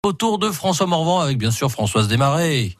Autour de François Morvan avec bien sûr Françoise Desmarais.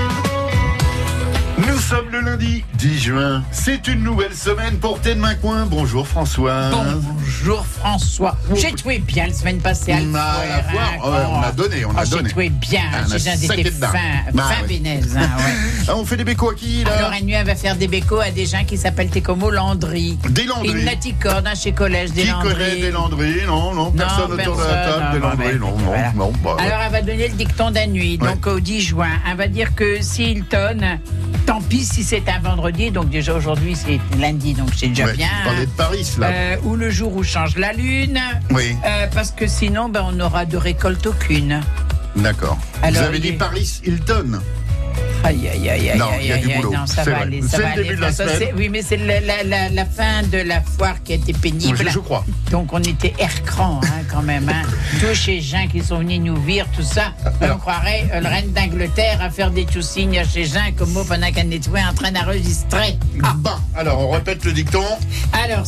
Nous sommes le lundi 10 juin. C'est une nouvelle semaine pour T'es de main coin. Bonjour François. Bonjour François. J'ai trouvé bien la semaine passée à la foire. On a donné. J'ai trouvé bien. J'ai été fin bénaise. On fait des bécos à qui là? Alors, Annu, elle va faire des bécos à des gens qui s'appellent Técomo Landry. Des Landry. Une naticorde chez Collège des Landry. Qui connaît des Landry? Non, personne autour de la table. Des Landry, non. Alors, elle va donner le dicton d'Annu. Donc, au 10 juin, elle va dire que si Hilton, tant pis si c'est un vendredi, donc déjà aujourd'hui c'est lundi, donc c'est déjà bien. On parlait de Paris là. Ou le jour où change la lune. Oui. Parce que sinon, on n'aura de récolte aucune. D'accord. Alors, vous avez dit Paris Hilton. Aïe. Non, il y a du boulot. Non, ça va aller. C'est le début de la semaine. Oui, mais c'est la fin de la foire qui a été pénible. Oui, je crois. Donc on était air-cran quand même. Tous ces gens qui sont venus nous vire, tout ça. On croirait le reine d'Angleterre à faire des toussignes chez gens comme moi pendant qu'elle était en train d'enregistrer. Bon, alors on répète le dicton. Alors,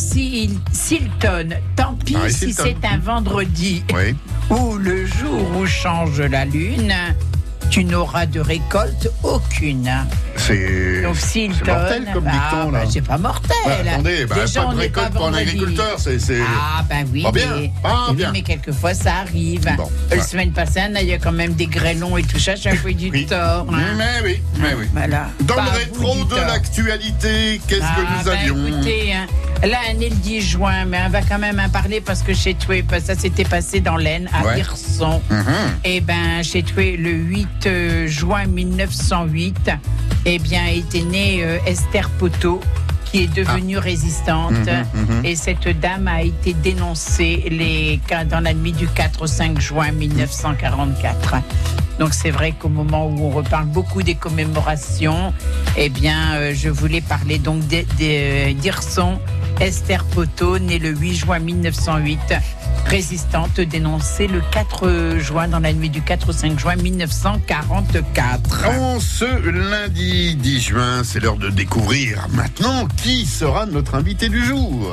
Hilton, tant pis si c'est un vendredi ou le jour où change la lune, tu n'auras de récolte aucune. C'est mortel comme dicton là. C'est pas mortel. Attendez, déjà, pas de récolte pour un agriculteur, c'est. Ah oui, pas bien. Mais quelquefois ça arrive. Bon, la semaine passée, il y a quand même des grêlons et tout ça, j'ai un peu du tort. Mais oui. Voilà. Dans le rétro de l'actualité, qu'est-ce que nous avions? Écoutez, là, on est le 10 juin, mais on va quand même en parler parce que chez toi, ça s'était passé dans l'Aisne, à Hirson. Et chez toi, le 8 juin 1908, était née Esther Poteau, qui est devenue résistante. Et cette dame a été dénoncée dans la nuit du 4 au 5 juin 1944. Donc c'est vrai qu'au moment où on reparle beaucoup des commémorations, je voulais parler donc d'Hirson. Esther Poteau, née le 8 juin 1908, résistante, dénoncée le 4 juin, dans la nuit du 4 au 5 juin 1944. En ce lundi 10 juin, c'est l'heure de découvrir maintenant qui sera notre invité du jour.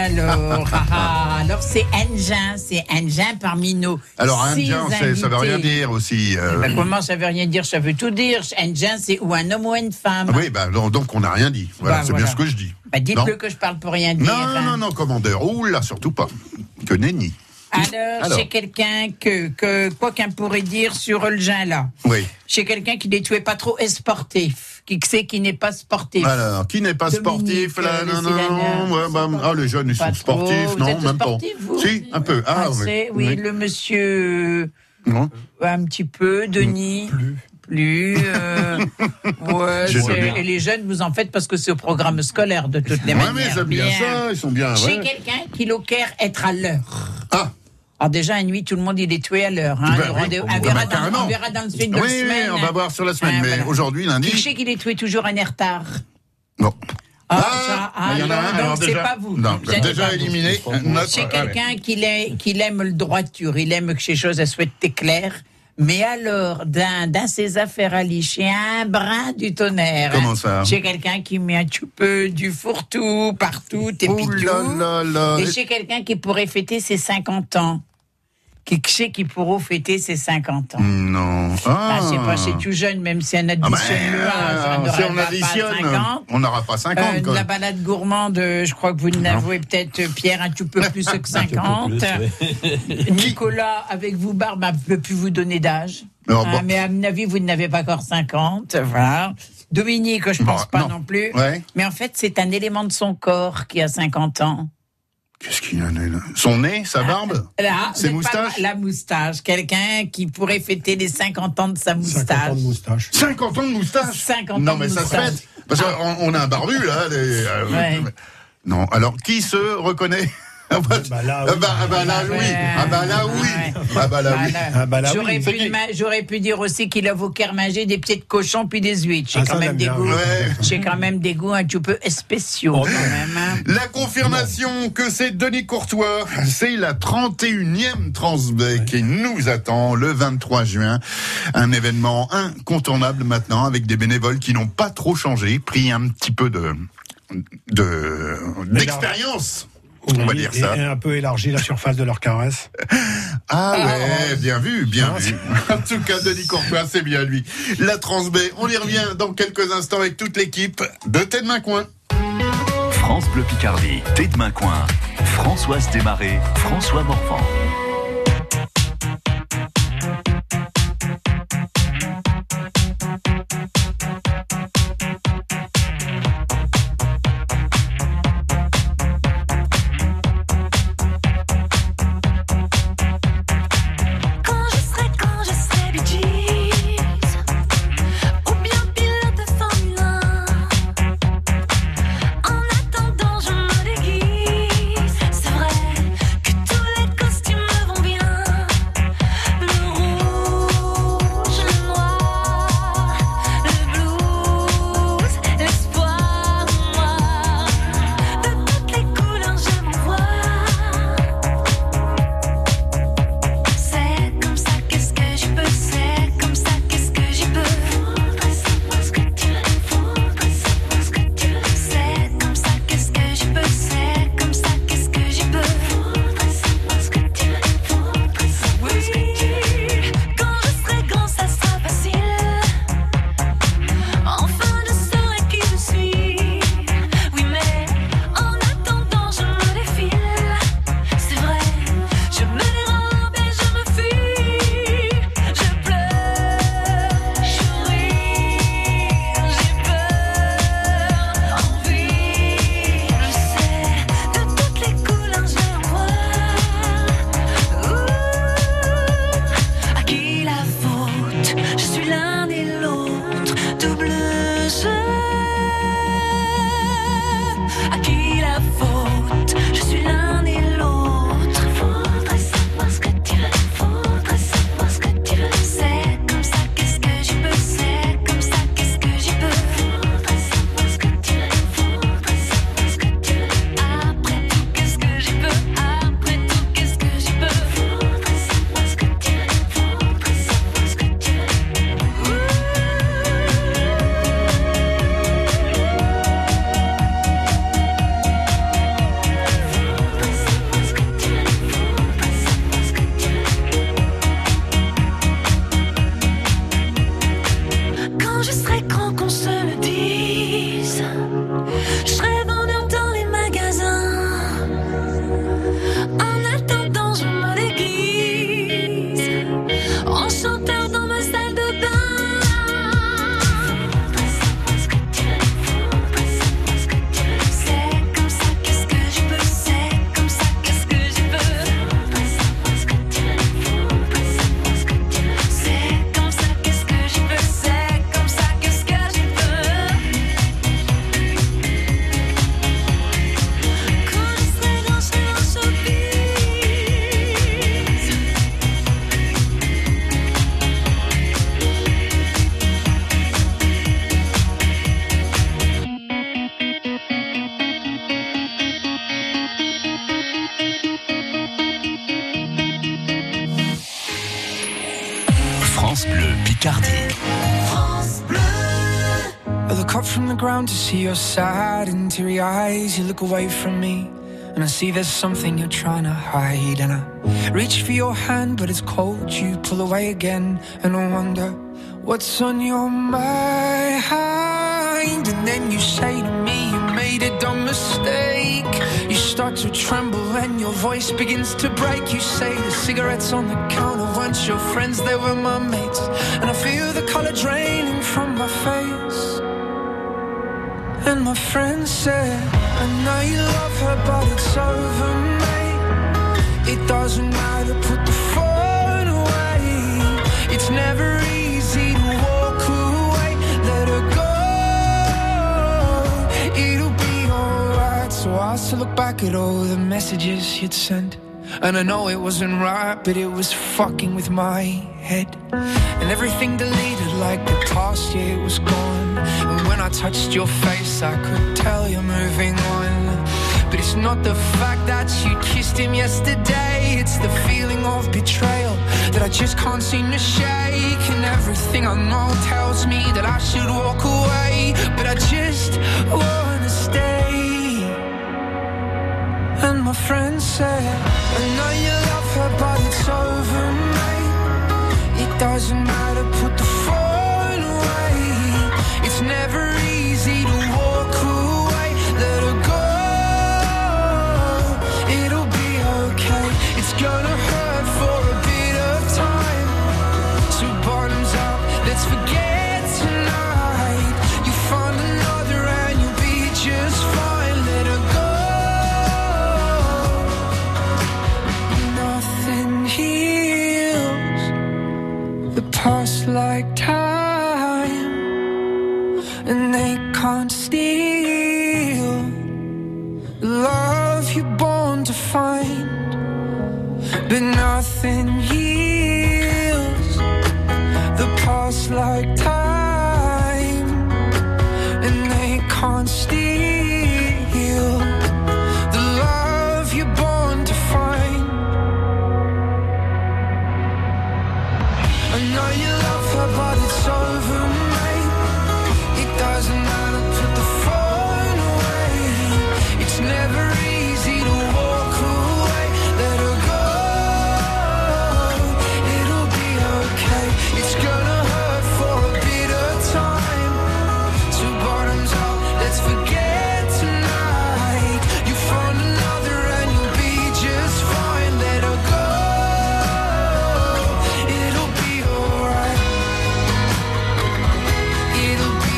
Alors c'est Engin parmi nous. Alors Engin, ça veut rien dire aussi. Comment ça veut rien dire? Ça veut tout dire. Engin, c'est ou un homme ou une femme. Oui, donc on n'a rien dit. Voilà, c'est bien ce que je dis. Dites-le que je parle pour rien dire. Non, commandeur. Ouh là, surtout pas. Que nenni. Alors, c'est quelqu'un quoi qu'on pourrait dire sur le Jean là. Oui. C'est quelqu'un qui n'est pas trop sportif. Qui n'est pas sportif. Alors, qui n'est pas Dominique, sportif là? Non. Les jeunes, ils sont sportifs. Non, même sportif, pas. Vous Si, un peu. Oui, le monsieur. Non. Un petit peu. Denis. Plus. Et les jeunes, vous en faites parce que c'est au programme scolaire de toutes les manières. Oui, mais ils aiment bien ça, ils sont bien. Chez quelqu'un qui l'occupe être à l'heure. Alors déjà, à nuit, tout le monde il est tué à l'heure. On verra dans le suite de la semaine. Oui, on va voir sur la semaine. Mais aujourd'hui, lundi. Qui sait qu'il est tué toujours en retard? Non. Il y en a un, alors c'est pas vous. Non, déjà éliminé. C'est quelqu'un qui aime le droiture, il aime que ces choses elles soient claires. Mais alors, dans ses affaires à licher, un brin du tonnerre. Comment ça? Chez quelqu'un qui met un petit peu du fourre-tout partout, et chez quelqu'un qui pourrait fêter ses 50 ans. Qui pourront fêter ses 50 ans. Non. C'est pas, c'est tout jeune, même si on additionne le âge, si on additionne, on n'aura pas 50. La balade gourmande, je crois que vous n'avouez peut-être, Pierre, un tout peu plus que 50. Nicolas, avec vous, Barbe, ne peut plus vous donner d'âge. Mais à mon avis, vous n'avez pas encore 50. Voilà. Dominique, je pense pas non plus. Ouais. Mais en fait, c'est un élément de son corps qui a 50 ans. Qu'est-ce qu'il y a là? Son nez, sa barbe? Ses moustaches? La moustache. Quelqu'un qui pourrait fêter les 50 ans de sa moustache. 50 ans de moustache? 50 ans de moustache? 50 ans non, mais ça se fête. Parce qu'on a un barbu, là. Non, alors, qui se reconnaît? J'aurais pu dire aussi qu'il a vos manger des pieds de cochon puis des huîtres. J'ai quand même des goûts un petit peu spéciaux quand même. La confirmation que c'est Denis Courtois, c'est la 31e Transbec qui nous attend le 23 juin. Un événement incontournable maintenant avec des bénévoles qui n'ont pas trop changé, pris un petit peu d'expérience. On va dire ça. Et un peu élargi la surface de leur caresse. Bien vu. En tout cas, Denis Courtois, c'est bien lui. La Transbé, on y revient dans quelques instants avec toute l'équipe de Thé de Maincoin. France Bleu Picardie, Thé de Maincoin, Françoise Desmarais, François Morvan. France Bleu Picardie. France Bleu. I look up from the ground to see your sad and teary eyes. You look away from me and I see there's something you're trying to hide. And I reach for your hand but it's cold. You pull away again and I wonder what's on your mind. And then you say to me you made a dumb mistake. You start to tremble and your voice begins to break. You say the cigarettes on the counter weren't your friends, they were my mates. And I feel the colour draining from my face. And my friend said, I know you love her but it's over, mate. It doesn't matter, put the phone away. It's never easy to walk away. Let her go, it'll be alright. So I still look back at all the messages you'd sent. And I know it wasn't right, but it was fucking with my head. And everything deleted like the past, yeah, it was gone. And when I touched your face, I could tell you're moving on. But it's not the fact that you kissed him yesterday. It's the feeling of betrayal that I just can't seem to shake. And everything I know tells me that I should walk away, but I just wanna stay. And my friend said, I know you love her, but it's over, mate. It doesn't matter, put the phone away. It's never easy to walk away. Let her go, it'll be okay. It's gonna hurt for a bit of time. So bottoms up, let's forget tonight. You find another and you'll be just fine. Let her go. Nothing heals the past like time, and they can't steal the love you're born to find. But nothing heals the past like time, and they can't steal the love you're born to find. I know you love her, but it's over, mate. It doesn't matter, put the phone away. It's never easy to walk away. Let her go, it'll be okay. It's gonna hurt for a bit of time. So bottoms up, let's forget tonight. You found another and you'll be just fine. Let her go, it'll be alright. It'll be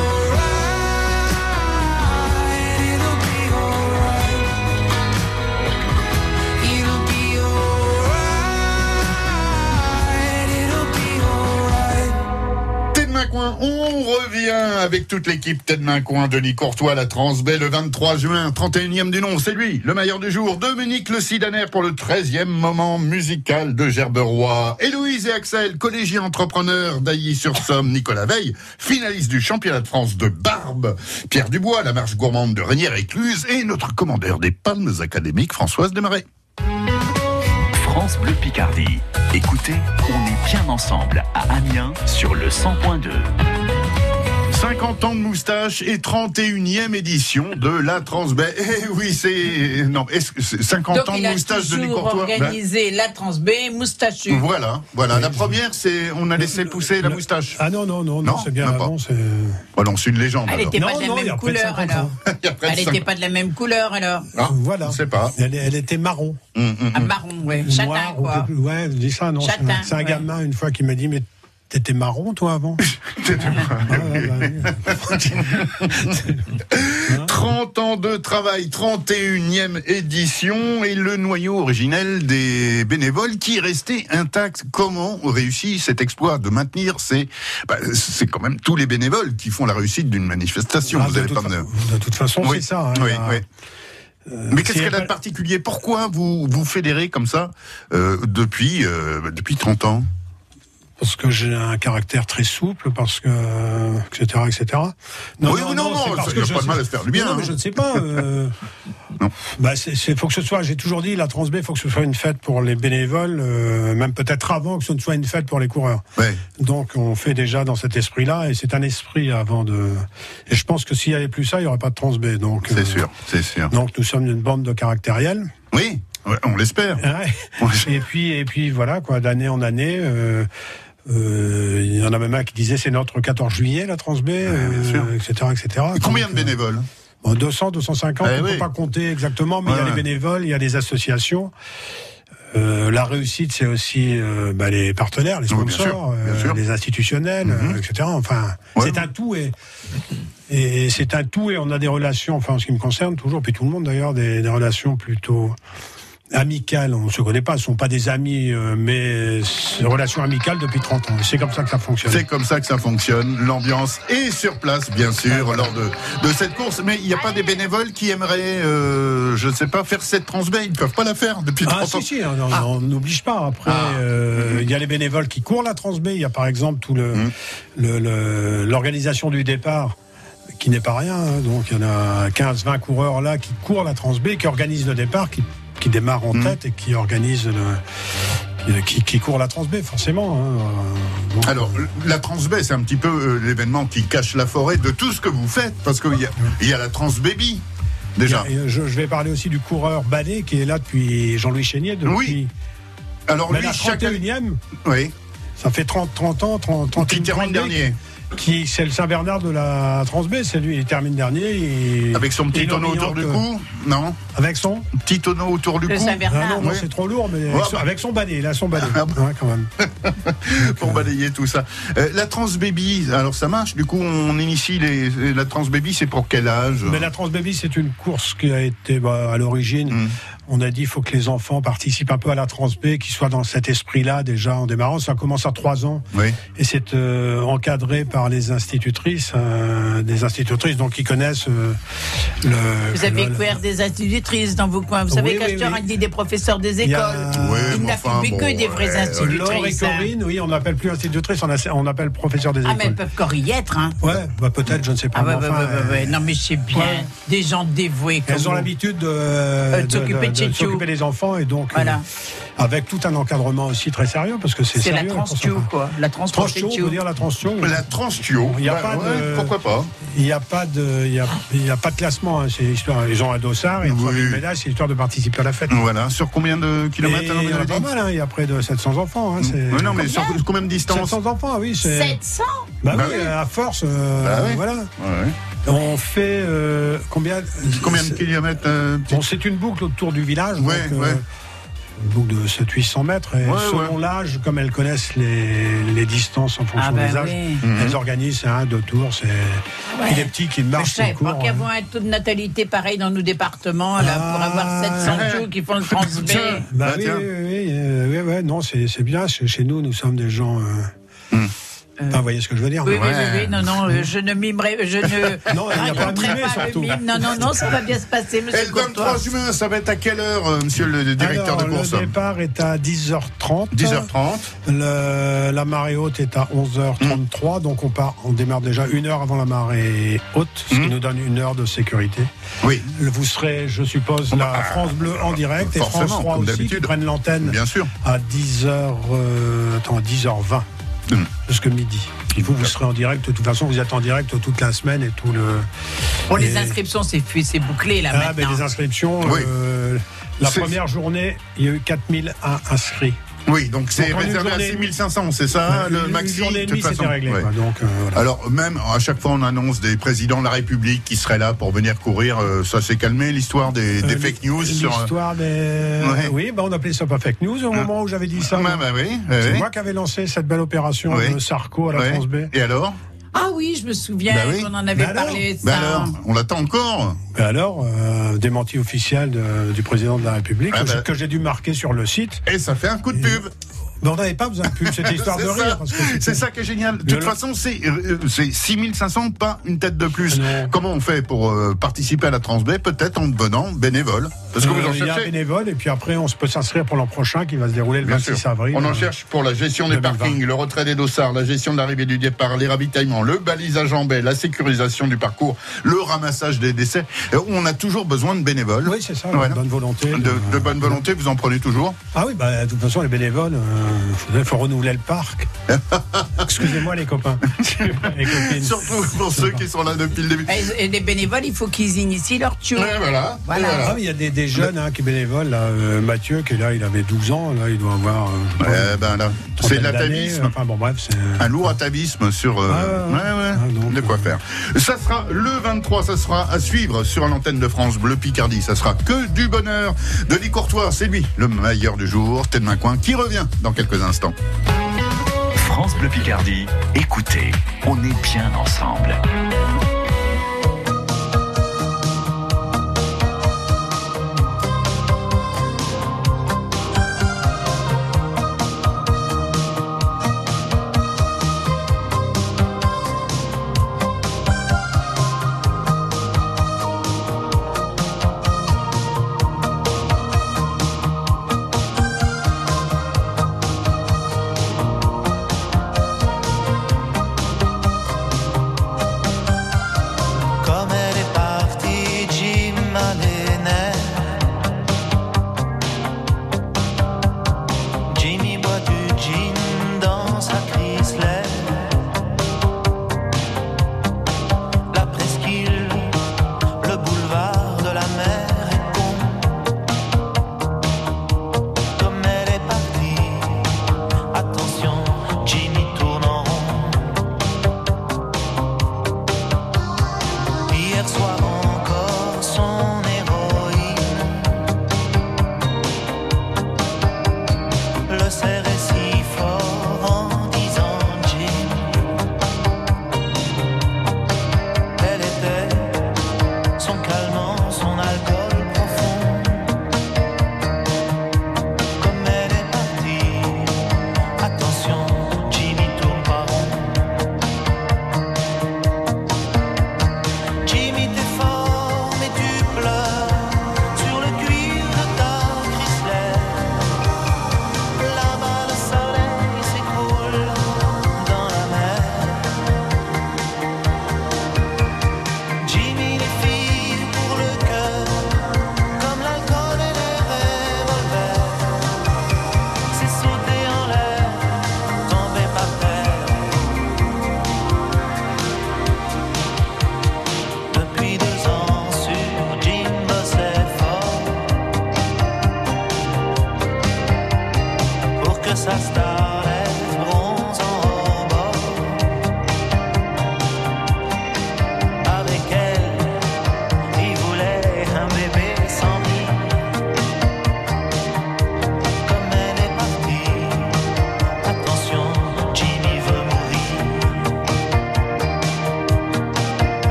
alright. It'll be alright. It'll be alright. It'll be alright. Tête de main coin, on revient avec toute l'équipe Tête de main coin. Denis Courtois, la Transbaie, le 23 juin, 31e du nom, c'est lui, le meilleur du jour. Dominique Le Sidaner pour le 13e moment musical de Gerberoy. Héloïse et Axel, collégiens entrepreneurs d'Ailly-sur-Somme. Nicolas Veil, finaliste du championnat de France de barbe. Pierre Dubois, la marche gourmande de Reynière-Écluse. Et notre commandeur des Palmes académiques, Françoise Desmarais. France Bleu Picardie. Écoutez, on est bien ensemble à Amiens sur le 100.2. 50 ans de moustache et 31e édition de la Transbaie. Eh oui, c'est... Non, est-ce que c'est 50 ans de moustache de Denis Courtois? Organisé la Transbaie moustachu. Voilà. La première, c'est... On a laissé pousser la moustache. Ah non, c'est bien même pas. avant. Voilà, c'est une légende. Elle n'était pas de la même couleur, alors. Elle n'était pas de la même couleur, alors. Ah, voilà. Je sais pas. Elle était marron. Ah, marron, ouais. Châtain, Noir, quoi. Ouais, je dis ça, non. Châtain, c'est un gamin, une fois, qui m'a dit, mais t'étais marron, toi, avant? 30 ans de travail, 31e édition, et le noyau originel des bénévoles qui est resté intact. Comment on réussit cet exploit de maintenir c'est quand même tous les bénévoles qui font la réussite d'une manifestation. De toute façon, oui, c'est ça. Oui. Mais qu'est-ce qu'elle a de particulier? Pourquoi vous fédérez comme ça depuis 30 ans? Parce que j'ai un caractère très souple, parce que etc. Non, il n'y a pas de mal à se faire du bien. Non, mais je ne sais pas. Non. Faut que ce soit. J'ai toujours dit, la Transbaie, faut que ce soit une fête pour les bénévoles, même peut-être avant que ce ne soit une fête pour les coureurs. Ouais. Donc on fait déjà dans cet esprit-là, et c'est un esprit avant de. Et je pense que s'il n'y avait plus ça, il n'y aurait pas de Transbaie. Donc c'est sûr. Donc nous sommes une bande de caractériels. Oui. Ouais, on l'espère. Ouais. Et puis voilà quoi, d'année en année. Il y en a même un qui disait c'est notre 14 juillet la Transbaie, etc. Et combien de bénévoles? 200, 250, on ne peut pas compter exactement, mais il y a les bénévoles, il y a les associations. La réussite, c'est aussi les partenaires, les sponsors, bien sûr. Les institutionnels, etc. Enfin, c'est un tout et c'est un tout, et on a des relations, enfin en ce qui me concerne toujours, puis tout le monde d'ailleurs, des relations plutôt amicales. On ne se connaît pas, ce ne sont pas des amis, mais relations amicales depuis 30 ans. C'est comme ça que ça fonctionne. C'est comme ça que ça fonctionne. L'ambiance est sur place, bien sûr, lors de cette course. Mais il n'y a pas des bénévoles qui aimeraient, je ne sais pas, faire cette Transbaie. Ils ne peuvent pas la faire depuis 30 ans. Si, on n'oblige pas. Après, il y a les bénévoles qui courent la Transbaie. Il y a par exemple tout l'organisation du départ, qui n'est pas rien. Donc il y en a 15-20 coureurs là qui courent la Transbaie, qui organisent le départ, qui démarre en tête et qui organise qui court la Transbaie, forcément. Alors, la Transbaie, c'est un petit peu l'événement qui cache la forêt de tout ce que vous faites, parce qu'il y a la Transbaby. déjà. Je vais parler aussi du coureur Ballet qui est là depuis Jean-Louis Chénier. Oui. Alors lui, la 31e. Oui. Ça fait 30 ans, 30 qui termine dernier. C'est le Saint-Bernard de la Transb, c'est lui, il termine dernier. Avec son petit tonneau autour du cou, non? Avec son petit tonneau autour du cou. Saint-Bernard. Non, c'est trop lourd, mais avec son balai, il a son balai, quand même. Pour balayer tout ça. La Transbaby, alors ça marche, du coup on initie la Transbaby, c'est pour quel âge? Mais la Transbaby, c'est une course qui a été à l'origine. On a dit il faut que les enfants participent un peu à la Transb, qu'ils soient dans cet esprit-là déjà en démarrant. Ça commence à 3 ans. Oui. Et c'est encadré par les institutrices, des institutrices donc qui connaissent Vous avez couvert des institutrices dans vos coins. Vous savez qu'Acheteur a dit des professeurs des écoles. Il n'a fait que des vraies institutrices. Laure et Corinne, oui, on n'appelle plus institutrices, on appelle professeurs des écoles. Ah, mais elles peuvent encore y être, hein. Ouais, peut-être, je ne sais pas. Non, mais c'est bien. Des gens dévoués. Elles ont l'habitude de s'occuper des enfants et donc avec tout un encadrement aussi très sérieux parce que c'est sérieux. La transtio, quoi. La transtio, on veut dire la transtio. La transtio. Il y a pas de. Pourquoi pas? Il n'y a pas de classement. Hein, c'est l'histoire. Ils ont un dossard et une médaille. C'est l'histoire de participer à la fête. Voilà. Sur combien de kilomètres? Il y en a pas mal. Il y a près de 700 enfants. Hein, non, mais sur combien de distance? 700 enfants, oui. 700. Oui, à force. Voilà. On fait combien de kilomètres c'est une boucle autour du village. Une boucle de 700-800 mètres. Et selon l'âge, comme elles connaissent les distances en fonction des âges, elles organisent 1-2 tours. Puis les petits qui marchent. Je sais pas qu'avons un taux de natalité pareil dans nos départements là, pour avoir 700 jours qui font le Transb. Oui, non, c'est bien. Chez nous, nous sommes des gens. Vous voyez ce que je veux dire? Oui, non, je ne mimerai, non, il n'y a pas de mimer, surtout. Non, ça va bien se passer, monsieur. Et le 23 juin, ça va être à quelle heure, monsieur le directeur de course? Le départ est à 10h30. 10h30. La marée haute est à 11h33, donc on démarre déjà 1 heure avant la marée haute, ce qui nous donne 1 heure de sécurité. Oui. Vous serez, je suppose, la France Bleu en direct et France 3 aussi, qui prennent l'antenne à 10h20. Jusque midi. Vous serez en direct. De toute façon, vous êtes en direct toute la semaine et tout le. Pour les inscriptions, c'est bouclé là maintenant. Mais les inscriptions, la première journée, il y a eu 4001 inscrits. Oui, donc c'est réservé à 6500, c'est ça, le maxi. Une journée et demie, c'était réglé. Ouais. Donc, voilà. Alors, même, à chaque fois, on annonce des présidents de la République qui seraient là pour venir courir. Ça s'est calmé, l'histoire des fake news l'histoire des... Oui, on appelait ça pas fake news au moment où j'avais dit ça. C'est moi qui avais lancé cette belle opération de Sarko à la France B. Et alors? Ah oui, je me souviens qu'on en avait parlé. On l'attend encore. Démenti officiel du président de la République que j'ai dû marquer sur le site. Et ça fait un coup de pub. Mais on n'avait pas besoin de pub, c'était histoire de rire. C'est ça qui est génial. De toute façon, c'est 6500, pas une tête de plus. Comment on fait pour participer à la Transb? Peut-être en devenant bénévole. Parce que vous en cherchez. Il y a un bénévole et puis après on peut s'inscrire pour l'an prochain qui va se dérouler le 26 avril. On en cherche pour la gestion des parkings, le retrait des dossards, la gestion de l'arrivée du départ, les ravitaillements, le balisage en baie, la sécurisation du parcours, le ramassage des décès. On a toujours besoin de bénévoles. Oui, c'est ça, de bonne volonté. De bonne volonté, vous en prenez toujours? Ah oui, de toute façon, les bénévoles, il faut renouveler le parc. Excusez-moi les copains. Les copines. Surtout pour ceux qui sont là depuis le début. Et les bénévoles, il faut qu'ils initient leur tour. Voilà. Il y a des jeunes qui bénévoles. Là, Mathieu, qui est là, il avait 12 ans. Là, il doit avoir. C'est de l'atavisme. Enfin bon, bref, c'est un lourd atavisme sur. De quoi faire. Ça sera le 23. Ça sera à suivre sur l'antenne de France Bleu Picardie. Ça sera que du bonheur. Denis Courtois, c'est lui, le meilleur du jour. Tête main coin, qui revient dans quelques instants. France Bleu Picardie. Écoutez, on est bien ensemble.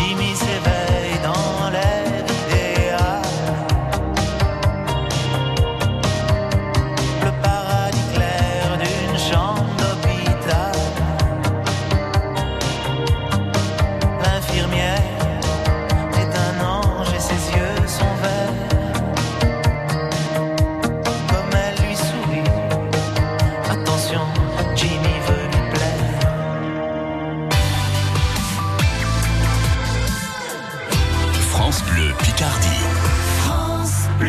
Jimmy s'éveille dans l'air idéal. Le paradis clair d'une chambre d'hôpital. L'infirmière est un ange et ses yeux sont verts. Comme elle lui sourit, attention, Jimmy veut lui plaire. France Bleu Picardie. France Bleu.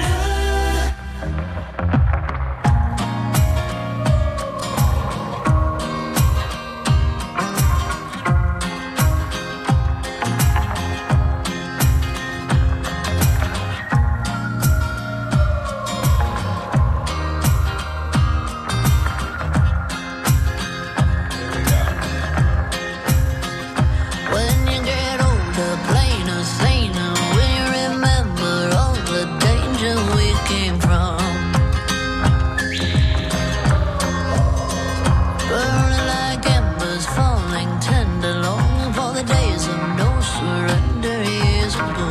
When you get older, plainer, saner, when you remember all the danger we came from. Burning like embers, falling tender, longing for the days of no surrender years ago.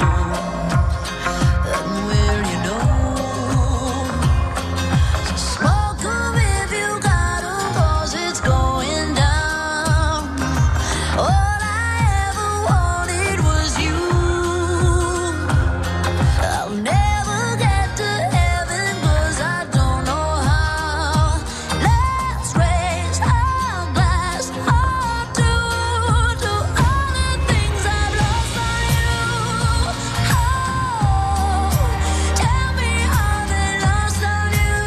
And will you know? So smoke 'em if you got 'em, 'cause it's going down. All I ever wanted was you. I'll never get to heaven 'cause I don't know how. Let's raise our glass hard to all the things I've lost on you. Oh, tell me how they lost on you.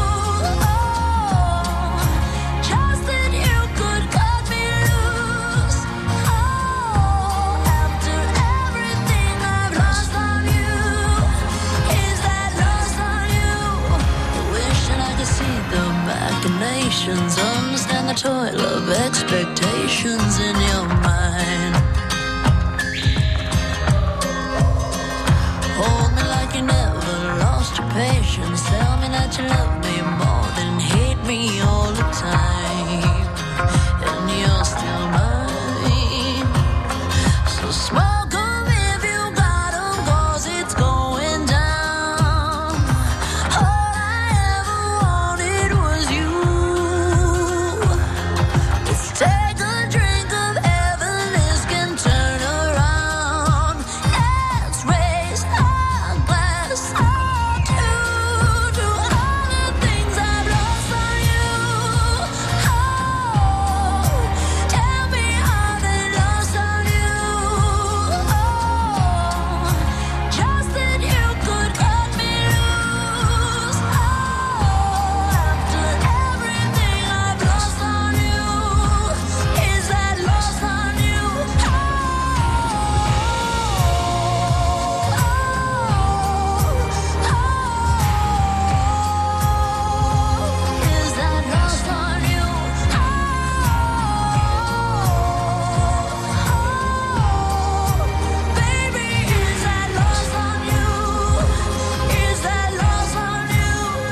Oh, just that you could cut me loose. Oh, after everything I've lost on you, is that lost on you? Wishing I could see the machinations, understand the toil of expectations in your mind. Hold me like you never lost your patience. Tell me that you love me more than hate me all the time. And you're still mine. So smoke 'em if you got 'em, 'cause it's going down. All I ever wanted was you. Let's take a drink of heaven, this can turn around. Let's raise our glass hard to all the things I've lost on you. Oh, tell me how they lost on you. Oh, just that you could cut me loose. Oh, after everything I've lost on you, is that lost on you? Is that lost on you? Baby, is that lost on you? Is that lost on you?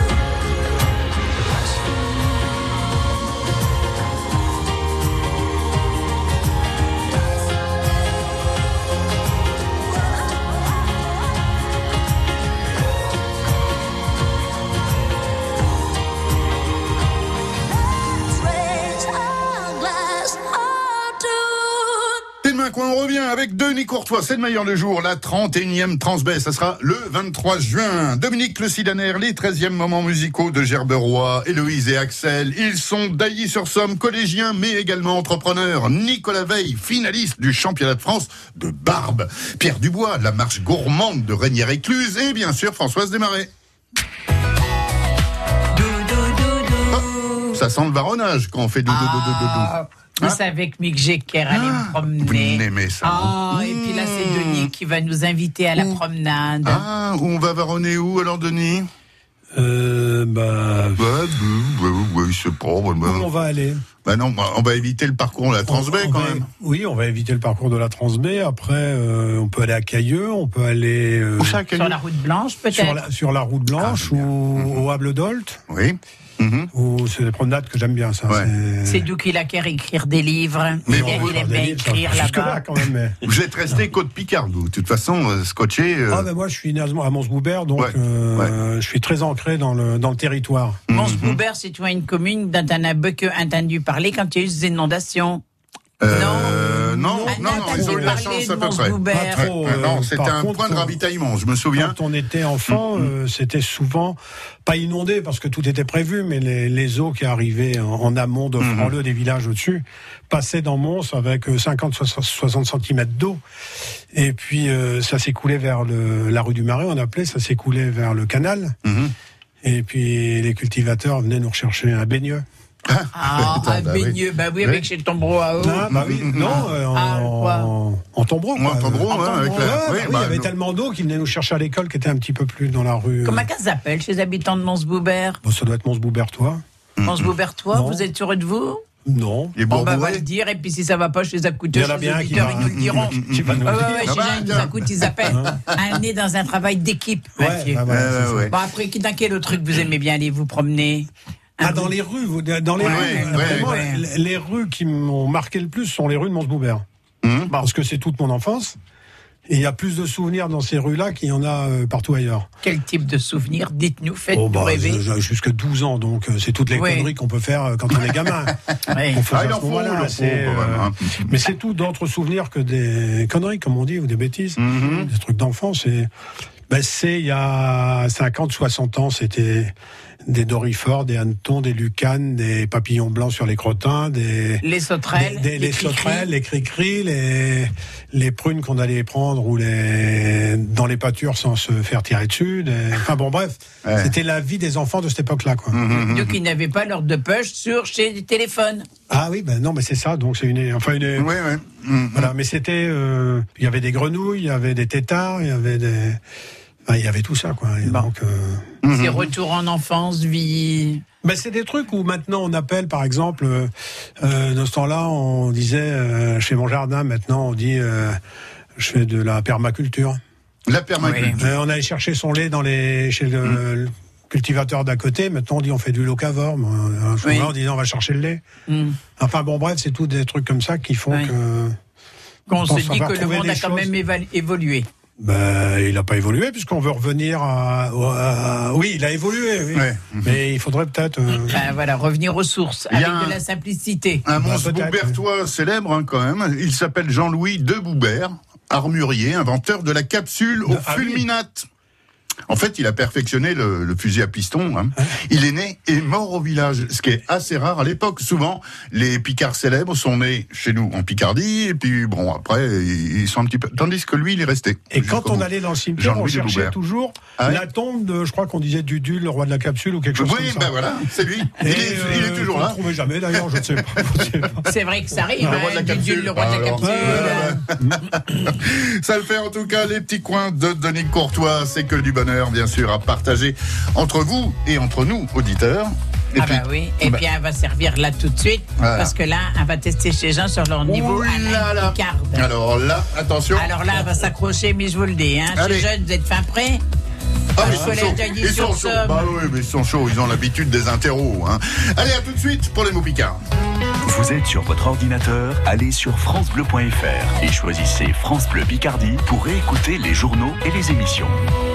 Let's raise our glass hard to. C'est demain qu'on revient avec Denis Courtois, c'est le meilleur du jour, la 31e Transbay, ça sera le 23 juin. Dominique Le Sidaner, les 13e moments musicaux de Gerberoy, Héloïse et Axel, ils sont d'Ailly-sur-Somme, collégiens mais également entrepreneurs. Nicolas Veil, finaliste du championnat de France de barbe. Pierre Dubois, la marche gourmande de Régnières-Écluse et bien sûr Françoise Desmarais. Oh, ça sent le varonnage quand on fait doudou. Vous savez que Mick Jagger allait me promener. Vous l'aimez ça. Et puis là, c'est Denis qui va nous inviter à la promenade. Ah, on va varonner où alors, Denis? Oui, c'est pas. Où on va aller? Bah non, on va éviter le parcours de la Transbay quand même. Oui, on va éviter le parcours de la Transbay. Après, on peut aller à Cailleux, on peut aller sur la route blanche peut-être. Sur la route blanche ou au Hable d'Olt. Oui. Ou c'est des promenades que j'aime bien, ça. Ouais. C'est d'où qu'il a qu'à écrire des livres. Mais il aime bien écrire jusque-là, là-bas. quand même. Mais... Vous êtes resté Côte-Picard, vous, de toute façon, scotché. Moi, je suis né à Mons-Boubert, donc je suis très ancré dans le territoire. Mons-Boubert, c'est une commune dont on a beaucoup entendu parler quand il y a eu des inondations. Non, ils ont eu la chance à peu près. Pas trop, non, c'était un point de ravitaillement, je me souviens. Quand on était enfant, c'était souvent pas inondé parce que tout était prévu, mais les eaux qui arrivaient en amont de Franleux, des villages au-dessus, passaient dans Mons avec 50-60 cm d'eau. Et puis ça s'écoulait vers la rue du Marais, on appelait, ça s'écoulait vers le canal. Et puis les cultivateurs venaient nous rechercher un baigneux. Un baigneux, avec chez le tombereau à eau. En tombereau. En tombereau, il y avait tellement d'eau qu'ils venaient nous chercher à l'école qui était un petit peu plus dans la rue. Comment ça s'appelle chez les habitants de Mons-Boubert? Ça doit être Mons-Boubertois. Mons-Boubertois, vous êtes heureux de vous? Non. On va le dire, et puis si ça va pas chez les écouteurs, chez les auditeurs, ils nous le diront. Chez gens, ils nous écoutent, ils appellent. On est dans un travail d'équipe, Mathieu. Bon, après, dans quel autre truc vous aimez bien aller vous promener? Dans les rues, les rues qui m'ont marqué le plus sont les rues de Mons-Boubert. Parce que c'est toute mon enfance. Et il y a plus de souvenirs dans ces rues-là qu'il y en a partout ailleurs. Quel type de souvenirs? Dites-nous, faites-nous rêver. Jusqu'à 12 ans, donc c'est toutes les conneries qu'on peut faire quand on est gamin. On fait mais c'est tout d'autres souvenirs que des conneries, comme on dit, ou des bêtises. Des trucs d'enfant. C'est il y a 50, 60 ans, c'était des dorifores, des hannetons, des lucanes, des papillons blancs sur les crottins, les sauterelles, les sauterelles, les cri-cri, les prunes qu'on allait prendre ou dans les pâtures sans se faire tirer dessus. C'était la vie des enfants de cette époque-là, quoi. Donc ils n'avaient pas l'heure de poche chez les téléphones. Ah oui, non, mais c'est ça. Donc c'est voilà, mais c'était, il y avait des grenouilles, il y avait des têtards, il y avait tout ça, quoi. Et donc, c'est retour en enfance, vie. C'est des trucs où maintenant on appelle, par exemple, dans ce temps-là, on disait, je fais mon jardin, maintenant on dit, je fais de la permaculture. La permaculture. On allait chercher son lait chez le cultivateur d'à côté, maintenant on dit on fait du locavore, on dit on va chercher le lait. C'est tout des trucs comme ça qui font qu'on se dit que le monde a quand même évolué. Il n'a pas évolué puisqu'on veut revenir oui, il a évolué, oui. Mais il faudrait peut-être revenir aux sources avec de la simplicité. Un Mons-Boubertois célèbre quand même. Il s'appelle Jean-Louis de Boubert, armurier, inventeur de la capsule au fulminate. En fait, il a perfectionné le fusil à piston. Il est né et mort au village, ce qui est assez rare à l'époque. Souvent, les Picards célèbres sont nés chez nous en Picardie, et puis après, ils sont un petit peu... Tandis que lui, il est resté. Et quand on allait dans le cimetière, on cherchait toujours la tombe de, je crois qu'on disait Dudul, le roi de la capsule, ou quelque chose comme ça. Oui, voilà, c'est lui. Il est toujours là. On ne trouvait jamais, d'ailleurs, je ne sais pas. C'est vrai que ça arrive, Dudul, le roi de la capsule. Ça le fait en tout cas, les petits coins de Denis Courtois, c'est que du bonheur, bien sûr, à partager entre vous et entre nous, auditeurs. Et puis elle va servir là tout de suite, parce que là, elle va tester chez les gens sur leur niveau Picard. Alors là, attention. Alors là, elle va s'accrocher, mais je vous le dis. Chez jeunes, vous êtes fin prêts? Ils sont chauds. Mais ils sont chauds, ils ont l'habitude des interros. Allez, à tout de suite pour les mots picards. Vous êtes sur votre ordinateur, allez sur francebleu.fr et choisissez France Bleu Picardie pour réécouter les journaux et les émissions.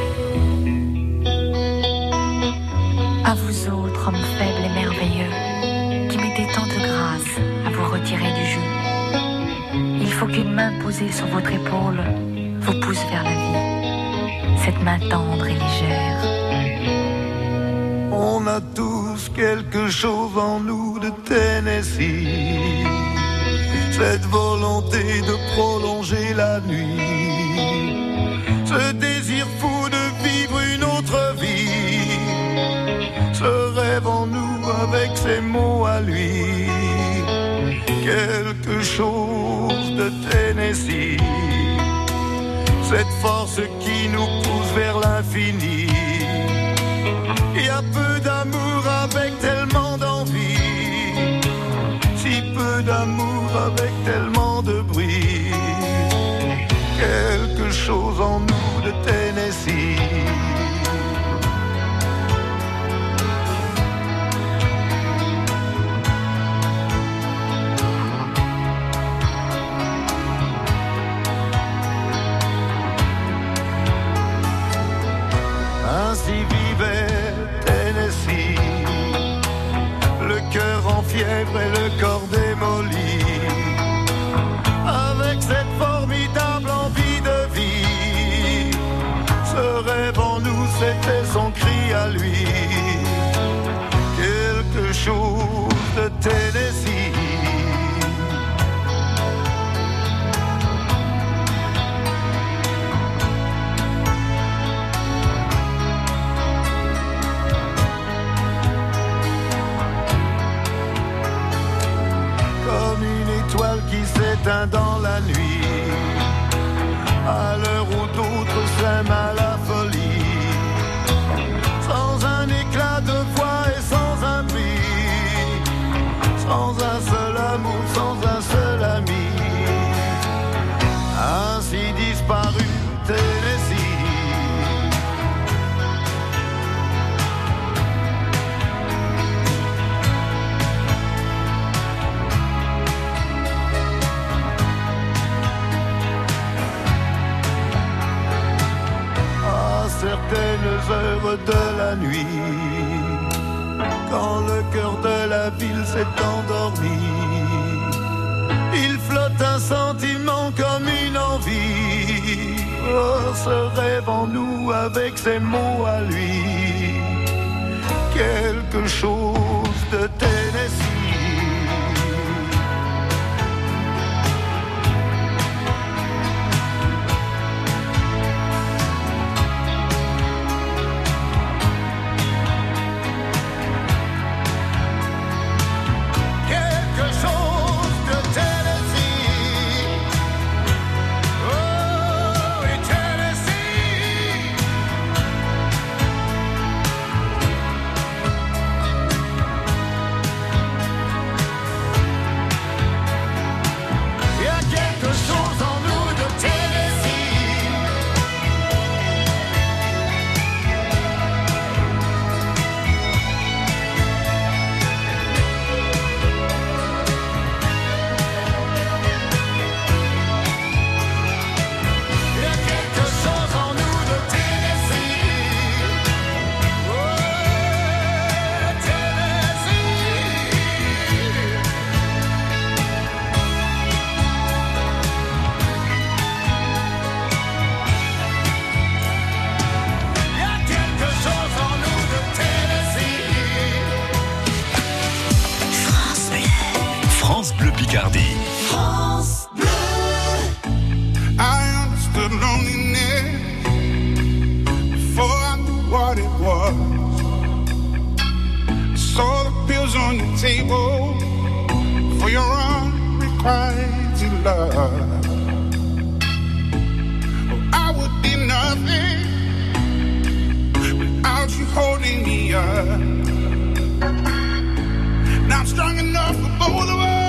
À vous autres, hommes faibles et merveilleux, qui mettez tant de grâce à vous retirer du jeu. Il faut qu'une main posée sur votre épaule vous pousse vers la vie, cette main tendre et légère. On a tous quelque chose en nous de Tennessee, cette volonté de prolonger la nuit, ce désir fou de vivre une autre vie, ce rêve en nous avec ses mots à lui, quelque chose de Tennessee, cette force qui nous pousse vers l'infini. Il y a peu d'amour avec tellement d'envie, si peu d'amour avec tellement de bruit, quelque chose en nous de Tennessee. après le corps démoli. Avec cette formidable envie de vie, ce rêve en nous, c'était son cri à lui. Quelque chose de Tennessee. Comme une étoile qui s'éteint dans la nuit, à l'heure où d'autres s'aiment à la folie, sans un éclat de voix et sans un bruit, sans un seul amour, sans un seul ami, ainsi disparu Tennessee. Certaines heures de la nuit, quand le cœur de la ville s'est endormi, il flotte un sentiment comme une envie. Oh, ce rêve en nous avec ses mots à lui, quelque chose de Tennessee. France Bleu. I understood loneliness before I knew what it was. Saw the pills on the table for your unrequited love. Oh, I would be nothing without you holding me up. Now I'm strong enough for both of us.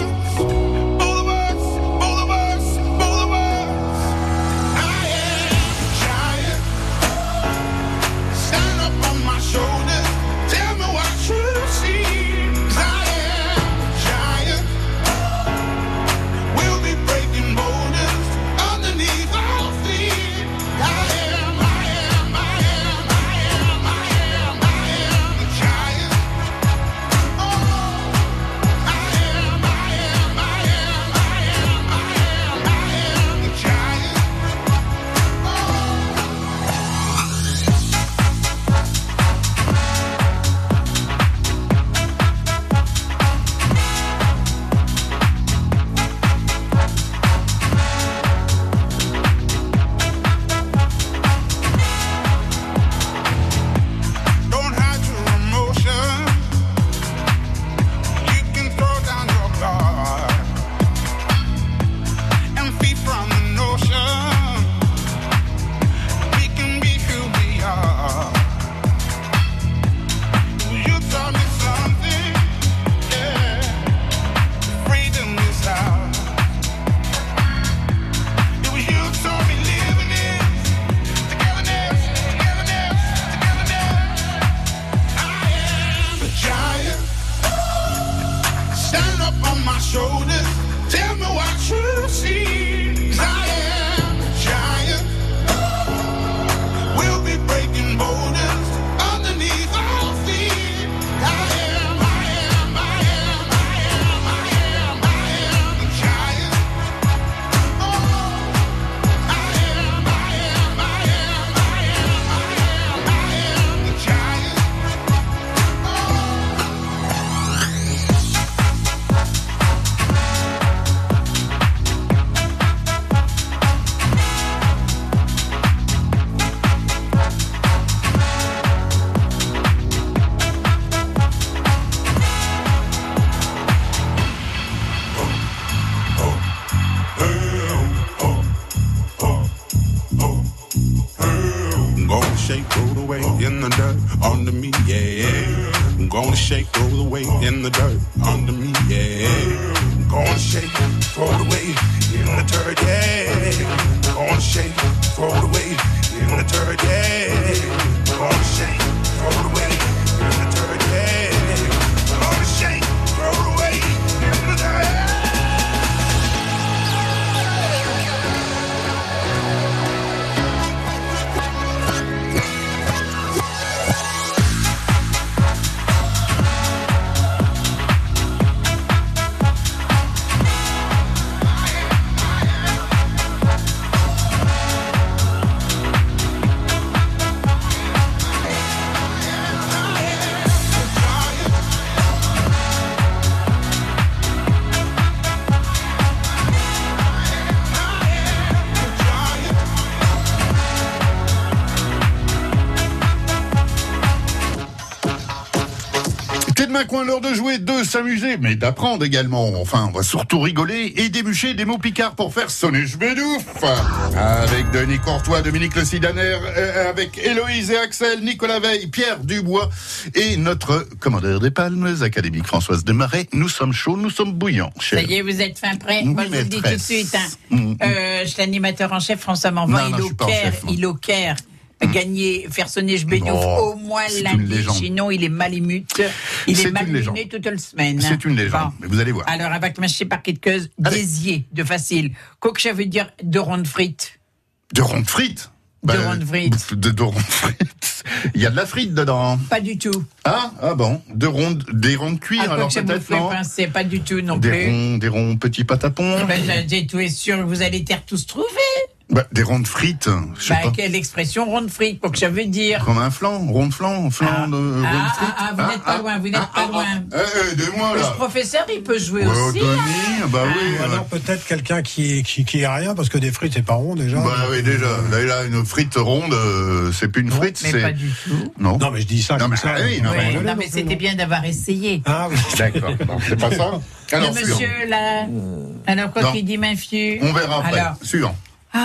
We'll be breaking bold. under me, yeah. I'm gonna shake, throw the weight in the dirt under me, yeah. I'm gonna shake, throw the weight in the dirt, yeah. I'm gonna shake, throw the weight in the dirt, yeah. I'm gonna shake, throw the weight in the dirt, yeah. I'm gonna shake, throw the weight in the dirt. Coin, l'heure de jouer, de s'amuser, mais d'apprendre également. Enfin, on va surtout rigoler et débucher des mots picards pour faire sonner Jbedouf. Avec Denis Courtois, Dominique Le Sidaner, avec Héloïse et Axel, Nicolas Veil, Pierre Dubois et notre commandeur des Palmes académique Françoise Desmarais. Nous sommes chauds, nous sommes bouillants. Ça y est, vous êtes fin prêt? Moi, je vous le dis tout de suite. Je suis l'animateur en chef, François Morvan. Il au Caire. Gagner, faire sonner Jbedouf au moins lundi, sinon il est malimute. Il est malmené toute la semaine. C'est une légende, mais vous allez voir. Alors, avec ma par quelque désier, de facile. Quoi que ça veut dire de ronde frites. De ronde frites? De ronde frites. De ronde frites. Il y a de la frite dedans. Pas du tout. Ah bon. Des rondes cuir, alors peut-être non. C'est pas du tout non plus. Des ronds petits patapons. J'ai tout est sûr que vous allez tous trouver. Des rondes frites, je sais pas. Quelle expression ronde frite, pour que ça veut dire? Comme un flan, ronde flan, ronde frite. Vous n'êtes pas loin, vous n'êtes pas loin. Aidez-moi là. Le professeur, il peut jouer aussi. Denis, oui. Alors peut-être quelqu'un qui est rien, parce que des frites, c'est pas rond déjà. Oui, déjà. Là, une frite ronde, c'est plus une frite, mais c'est. Pas du tout. Non, mais je dis ça comme ça. Non, mais c'était bien d'avoir essayé. Ah oui. D'accord. C'est pas ça. Alors, le monsieur, là. Alors, quoi qu'il dit, m'infiu? On verra après. Suivant.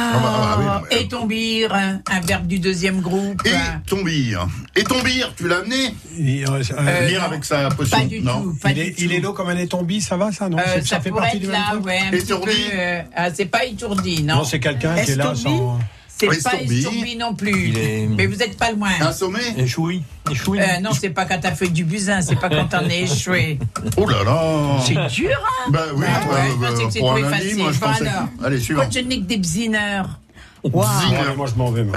Et tombir, un verbe du deuxième groupe. Et tombir, tu l'as amené? Lire avec sa potion. Pas du tout. Il est lourd comme un étombi, ça va ça, non? Ça fait partie du même truc. Étourdi. C'est pas étourdi, non. Non, c'est quelqu'un qui est là sans. C'est pas estourbi non plus. Mais vous êtes pas loin. Assommé? Échoué. Non, c'est pas quand t'as fait du busin, c'est pas quand t'en es échoué. Oh là là. C'est dur, hein? Oui, je pensais que c'était facile. Moi, je pensais. Alors, allez, suivant. quand je n'ai que des bzineurs. Wow. Moi je m'en vais.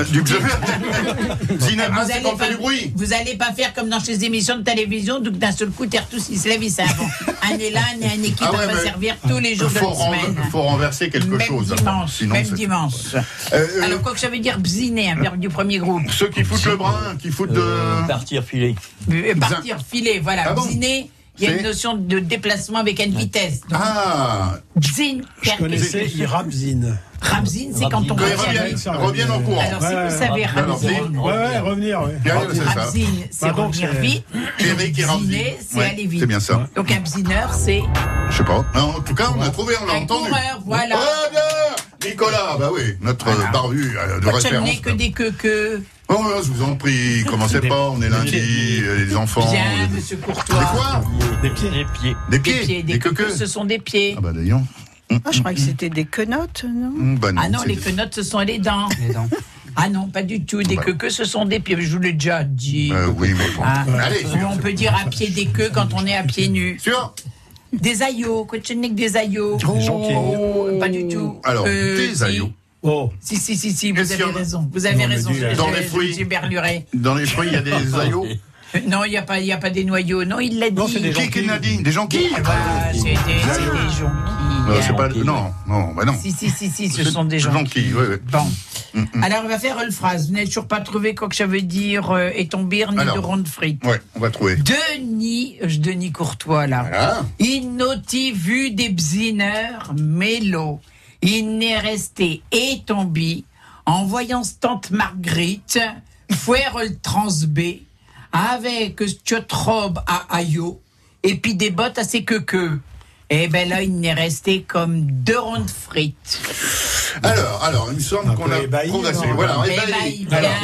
Ziner, c'est quand on fait du bruit. Vous allez pas faire comme dans ces émissions de télévision, donc d'un seul coup, tous ils se lèvent, ils savent. Un élan et une équipe va servir tous les jours de la semaine. Il faut renverser quelque chose. Même dimanche. Alors quoi que ça veut dire bziner, un verbe du premier groupe? Ceux qui foutent le brin, qui foutent de... Partir filer. Partir filer, voilà. Bziner. Il y a une notion de déplacement avec une vitesse. Donc, bzine. Je connaissais, il rabzine. Rabzine, c'est quand on revient en courant. Alors, si vous savez rabzine. Revenir, Rabzine, c'est revenir vite. Bziner, c'est aller vite. C'est bien ça. Donc, un bzineur, c'est. Je sais pas. En tout cas, on a trouvé, on l'a entendu. Un coureur, voilà. Nicolas, notre barbu de référence. Ce n'est que des queues. Oh, je vous en prie, commencez pas, on est lundi, les enfants. Bien, monsieur Courtois. Des quoi? Des pieds. Des pieds. Des queues, ce sont des pieds. Ah d'ailleurs. Je crois que c'était des quenottes, non? Non, les quenottes, ce sont les dents. Ah non, pas du tout. Des queues, ce sont des pieds. Je vous l'ai déjà dit. Oui, mais bon. Allez, on peut dire à pied des queues quand on est à pieds nus. Sûr? Des aïeux, Kotchenik, des aïeux. Pas du tout. Alors, des aïeux. Si, vous avez raison. Vous avez raison. Dans les fruits. Dans les fruits, il y a des aïeux. Non, il n'y a pas des noyaux. Non, il l'a dit. Non, c'est des jonquilles. Des jonquilles. C'est des jonquilles. C'est pas. Non. Si, ce sont des jonquilles. Oui. Bon. Alors, on va faire une phrase. Vous n'avez toujours pas trouvé quoi que ça veut dire étombir ni de ronde frite. Ouais, on va trouver. Denis Courtois, là. Voilà. Il n'oti vu des bzineurs mélo. Il n'est resté étombi en voyant tante Marguerite faire le transbé avec une robe à ayo et puis des bottes à ses queues. Et ben là, il n'est resté comme 2 ronds de frites. Alors, il me semble qu'on a progressé. Voilà, ébahi.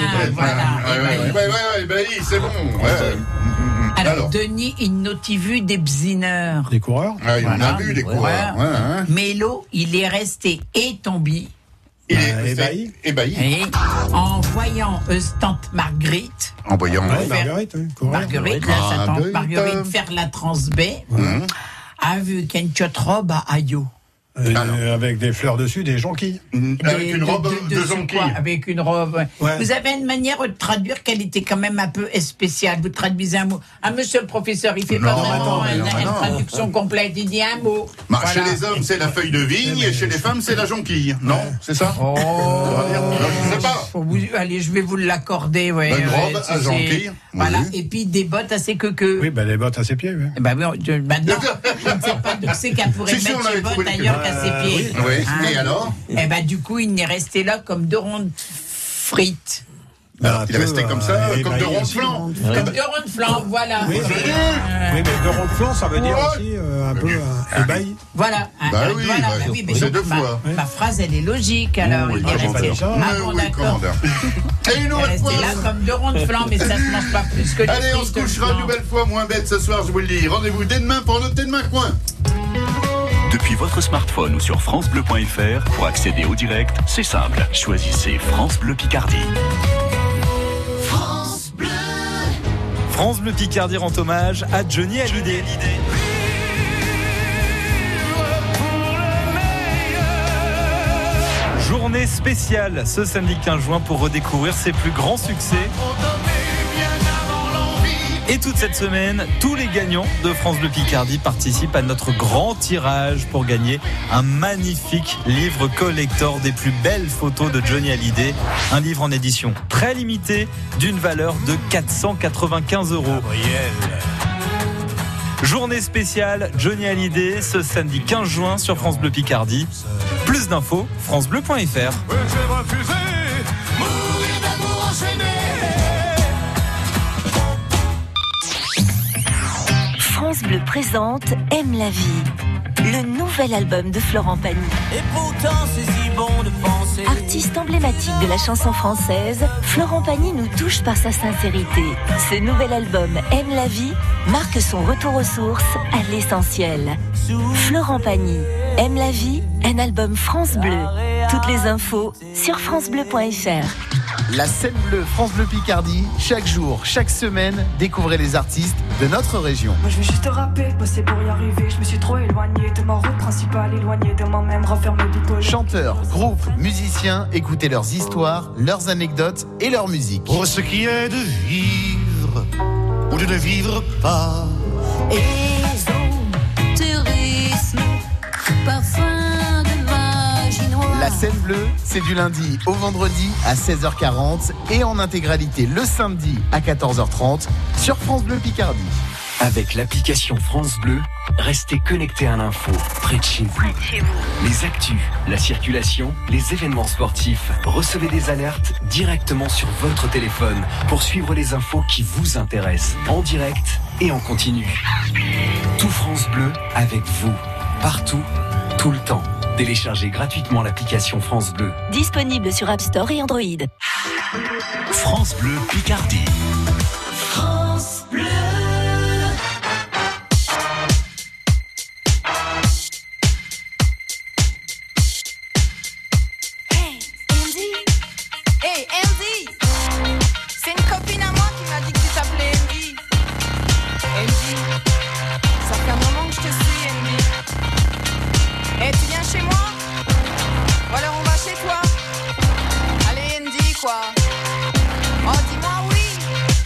Ébahi, c'est bon. Alors, Denis, il n'a-t-il vu des bzineurs? Des coureurs. Il en a vu des coureurs. Mélo, il est resté étombé. Il est ébahi. En voyant tante Marguerite. En voyant Marguerite, sa tante Marguerite faire la transbaie, a vu qu'une petite robe à Ayo. Avec des fleurs dessus, des jonquilles. Avec une robe de jonquilles. Avec une robe. Ouais. Vous avez une manière de traduire qu'elle était quand même un peu spéciale. Vous traduisez un mot. Monsieur le professeur, il fait pas vraiment une traduction complète. Il dit un mot. Voilà. Chez les hommes, c'est la feuille de vigne, et chez les femmes, c'est la jonquille. Non, c'est ça? Oh, je sais pas. Allez, je vais vous l'accorder. Ouais. Une robe à jonquille. Voilà. Et puis des bottes à ses queues. Oui, des bottes à ses pieds. Oui. Maintenant, je ne sais pas d'où c'est qu'elle pourrait mettre ses bottes ailleurs qu'à ses pieds. Oui. Et alors? Du coup, il est resté là comme 2 ronds de frites. Il est resté comme ça, comme 2 ronds de flanc. Comme 2 ronds de flanc, voilà. Oui, mais 2 ronds de flanc, ça veut dire aussi un peu ébahi. Voilà. Mais c'est 2 fois. Ma phrase, elle est logique, alors. Il est resté d'accord. Et une autre fois. Il est resté là comme 2 ronds de flanc, mais ça se mange pas plus que les frites. Allez, on se couchera une nouvelle fois moins bête ce soir, je vous le dis. Rendez-vous dès demain pour notre Demain Coin. Depuis votre smartphone ou sur francebleu.fr, pour accéder au direct, c'est simple. Choisissez France Bleu Picardie. France Bleu. France Bleu Picardie rend hommage à Johnny Hallyday. Journée spéciale ce samedi 15 juin pour redécouvrir ses plus grands succès. Et toute cette semaine, tous les gagnants de France Bleu Picardie participent à notre grand tirage pour gagner un magnifique livre collector des plus belles photos de Johnny Hallyday. Un livre en édition très limitée d'une valeur de 495 €. Journée spéciale Johnny Hallyday ce samedi 15 juin sur France Bleu Picardie. Plus d'infos, francebleu.fr. France Bleu présente Aime la vie, le nouvel album de Florent Pagny. Et pourtant c'est si bon de penser. Artiste emblématique de la chanson française, Florent Pagny nous touche par sa sincérité. Ce nouvel album Aime la vie marque son retour aux sources, à l'essentiel. Florent Pagny, Aime la vie, un album France Bleu. Toutes les infos sur francebleu.fr. La scène bleue France Bleu Picardie, chaque jour, chaque semaine, découvrez les artistes de notre région. Moi je veux juste rapper, bosser pour y arriver. Je me suis trop éloigné de ma route principale, éloigné de moi-même, refermé bipolar. Chanteurs, groupes, musiciens, écoutez leurs histoires, leurs anecdotes et leur musique. Pour ce qui est de vivre ou de ne vivre pas. Et tourisme, parfum. La scène bleue, c'est du lundi au vendredi à 16h40 et en intégralité le samedi à 14h30 sur France Bleu Picardie. Avec l'application France Bleu, restez connectés à l'info, près de chez vous. Les actus, la circulation, les événements sportifs, recevez des alertes directement sur votre téléphone pour suivre les infos qui vous intéressent, en direct et en continu. Tout France Bleu avec vous, partout, tout le temps. Téléchargez gratuitement l'application France Bleu. Disponible sur App Store et Android. France Bleu Picardie. France Bleu. Hey Andy, c'est une copine à moi qui m'a dit que tu t'appelais Andy. Andy, ça fait un moment que je te suis Andy. Eh, tu viens chez moi? Ou alors on va chez toi? Allez Andy quoi. Oh dis-moi oui.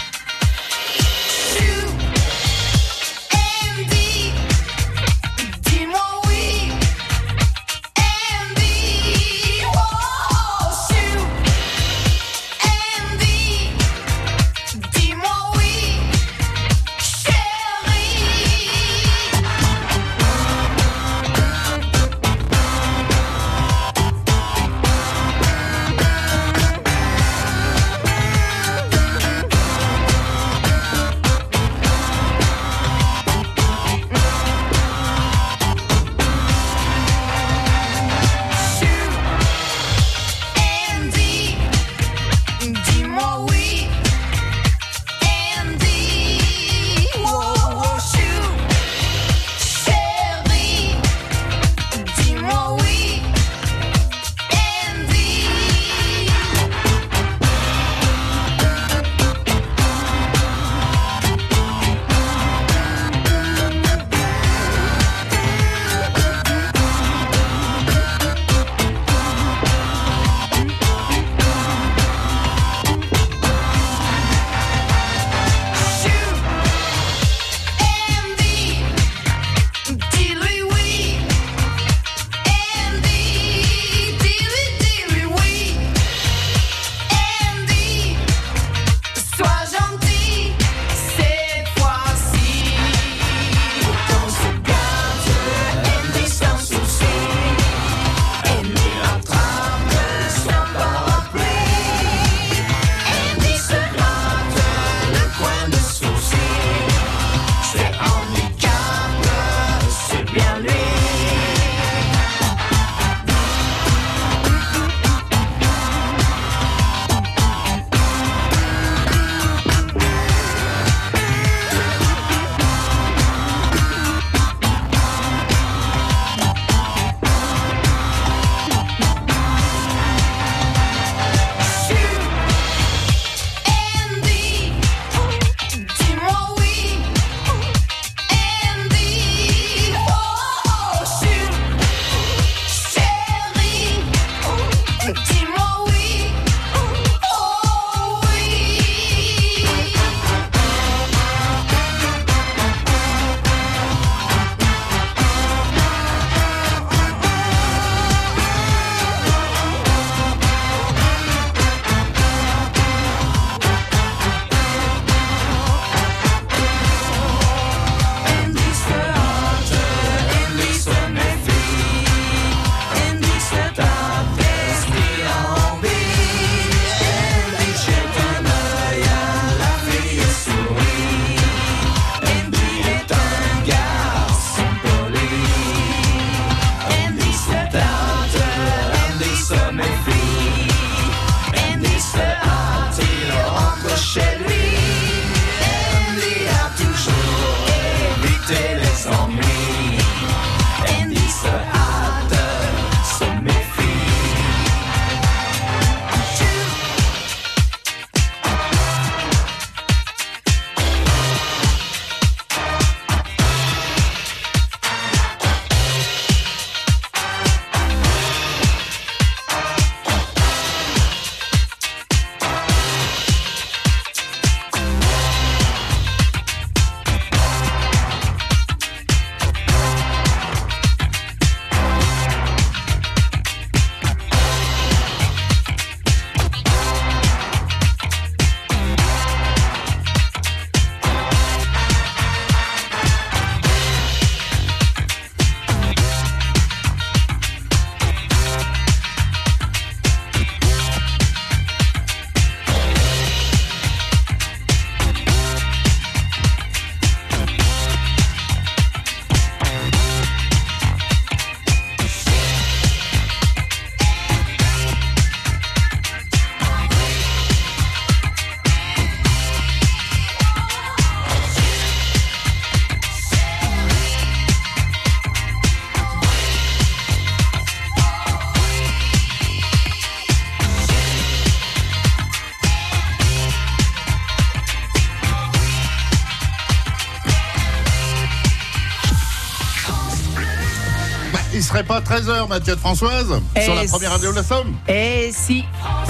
serait pas 13h, Mathieu de Françoise, sur la première radio de la Somme? Eh si.